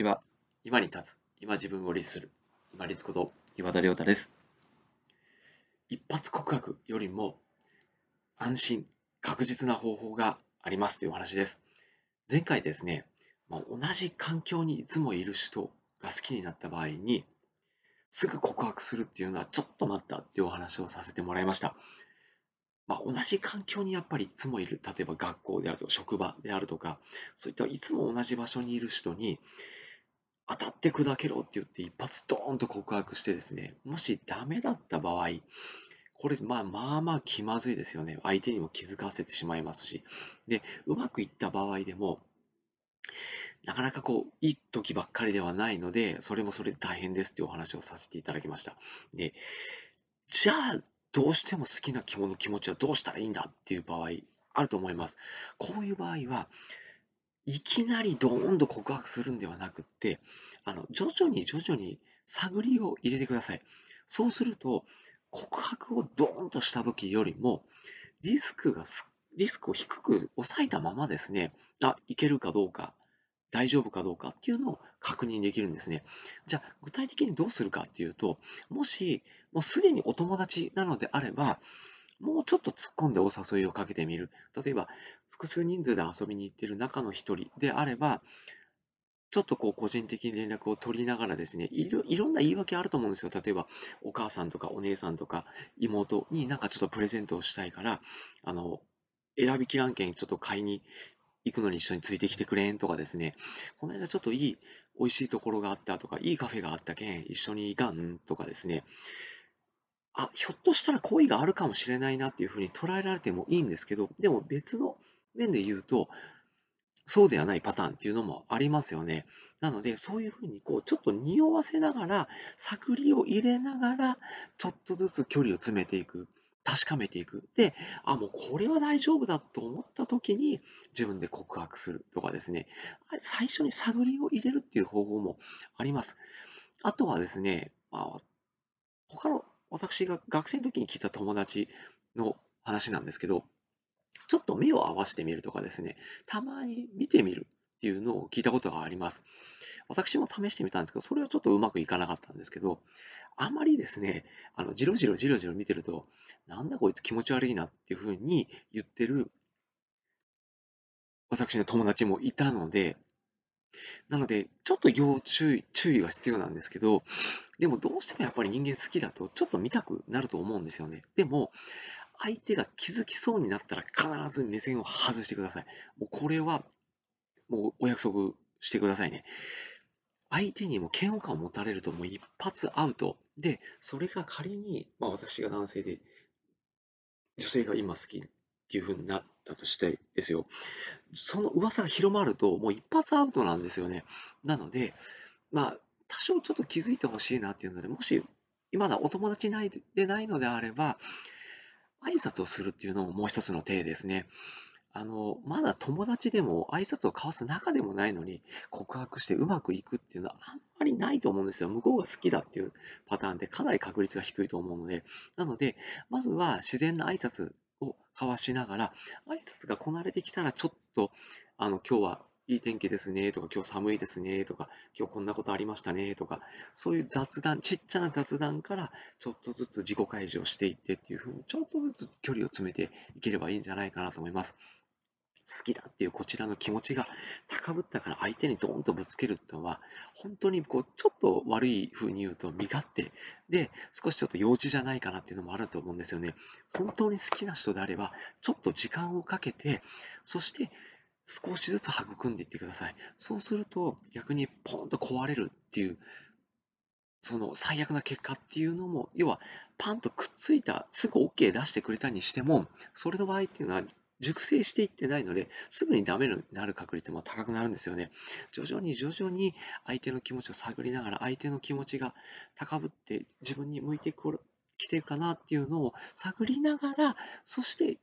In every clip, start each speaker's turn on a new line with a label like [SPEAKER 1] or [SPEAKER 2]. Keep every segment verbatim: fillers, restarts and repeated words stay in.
[SPEAKER 1] ちは。今に立つ。今自分を律する。今律こと岩田亮太です。一発告白よりも安心、確実な方法がありますというお話です。前回ですね、まあ、同じ環境にいつもいる人が好きになった場合に、すぐ告白するっていうのはちょっと待ったっていうお話をさせてもらいました。まあ、同じ環境にやっぱりいつもいる、例えば学校であるとか職場であるとか、そういったいつも同じ場所にいる人に当たって砕けろって言って一発ドーンと告白してですね、もしダメだった場合、これ、まあまあまあ気まずいですよね。相手にも気づかせてしまいますし。で、うまくいった場合でも、なかなかこう、いい時ばっかりではないので、それもそれで大変ですっていうお話をさせていただきました。で、じゃあ、どうしても好きな着物気持ちはどうしたらいいんだっていう場合、あると思います。こういう場合は、いきなりドーンと告白するんではなくって、あの、徐々に徐々に探りを入れてください。そうすると、告白をドーンとした時よりも、リスクがす、リスクを低く抑えたままですね、あ、いけるかどうか、大丈夫かどうかっていうのを確認できるんですね。じゃあ、具体的にどうするかっていうと、もし、もうすでにお友達なのであれば、もうちょっと突っ込んでお誘いをかけてみる。例えば、複数人数で遊びに行っている中の一人であれば、ちょっとこう個人的に連絡を取りながらですね、いろいろんな言い訳あると思うんですよ。例えば、お母さんとかお姉さんとか妹になんかちょっとプレゼントをしたいから、あの、選びきらんけんちょっと買いに行くのに一緒についてきてくれんとかですね、この間ちょっといい、美味しいところがあったとか、いいカフェがあったけん一緒に行かんとかですね、あ、ひょっとしたら好意があるかもしれないなっていうふうに捉えられてもいいんですけど、でも別の面で言うと、そうではないパターンっていうのもありますよね。なので、そういうふうにこう、ちょっと匂わせながら、探りを入れながら、ちょっとずつ距離を詰めていく。確かめていく。で、あ、もうこれは大丈夫だと思った時に自分で告白するとかですね。最初に探りを入れるっていう方法もあります。あとはですね、まあ、他の私が学生の時に聞いた友達の話なんですけど、ちょっと目を合わせてみるとかですね、たまに見てみるっていうのを聞いたことがあります。私も試してみたんですけど、それはちょっとうまくいかなかったんですけど、あまりですね、あの、じろじろじろじろ見てると、なんだこいつ気持ち悪いなっていうふうに言ってる私の友達もいたので、なので、ちょっと要注意、注意が必要なんですけど、でもどうしてもやっぱり人間好きだと、ちょっと見たくなると思うんですよね。でも、相手が気づきそうになったら必ず目線を外してください。もうこれはもうお約束してくださいね。相手にも嫌悪感を持たれるともう一発アウト。で、それが仮に、まあ私が男性で女性が今好きっていう風になったとしてですよ。その噂が広まるともう一発アウトなんですよね。なので、まあ多少ちょっと気づいてほしいなっていうので、もし今だお友達ないでないのであれば、挨拶をするっていうのももう一つの手ですね。あの、まだ友達でも挨拶を交わす仲でもないのに告白してうまくいくっていうのはあんまりないと思うんですよ。向こうが好きだっていうパターンでかなり確率が低いと思うので。なので、まずは自然な挨拶を交わしながら、挨拶がこなれてきたらちょっと、あの、今日はいい天気ですねとか、今日寒いですねとか、今日こんなことありましたねとか、そういう雑談、ちっちゃな雑談からちょっとずつ自己開示をしていってっていうふうに、ちょっとずつ距離を詰めていければいいんじゃないかなと思います。好きだっていうこちらの気持ちが高ぶったから相手にドーンとぶつけるっていうのは、本当にこう、ちょっと悪い風に言うと身勝手で、少しちょっと幼稚じゃないかなっていうのもあると思うんですよね。本当に好きな人であれば、ちょっと時間をかけて、そして少しずつ育んでいってください。そうすると逆にポンと壊れるっていう、その最悪な結果っていうのも、要はパンとくっついた、すぐ OK 出してくれたにしても、それの場合っていうのは熟成していってないので、すぐにダメになる確率も高くなるんですよね。徐々に徐々に相手の気持ちを探りながら、相手の気持ちが高ぶって自分に向いてくる来てるかなっていうのを探りながら、そして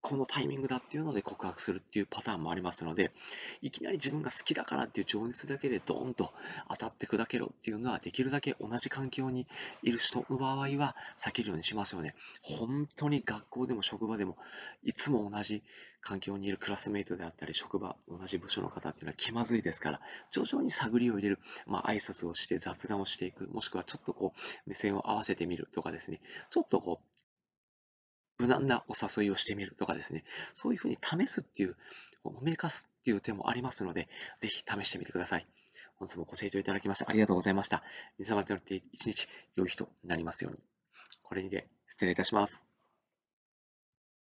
[SPEAKER 1] このタイミングだっていうので告白するっていうパターンもありますので、いきなり自分が好きだからっていう情熱だけでドーンと当たって砕けろっていうのは、できるだけ同じ環境にいる人の場合は避けるようにしますよね。本当に学校でも職場でも、いつも同じ環境にいるクラスメイトであったり、職場、同じ部署の方っていうのは気まずいですから、徐々に探りを入れる、まあ挨拶をして雑談をしていく、もしくはちょっとこう目線を合わせてみるとかですね、ちょっとこう無難なお誘いをしてみるとかですね、そういうふうに試すっていう、褒めかすっていう手もありますので、ぜひ試してみてください。本日もご清聴いただきましてありがとうございました。皆様にとって一日良い日となりますように。これにて失礼いたします。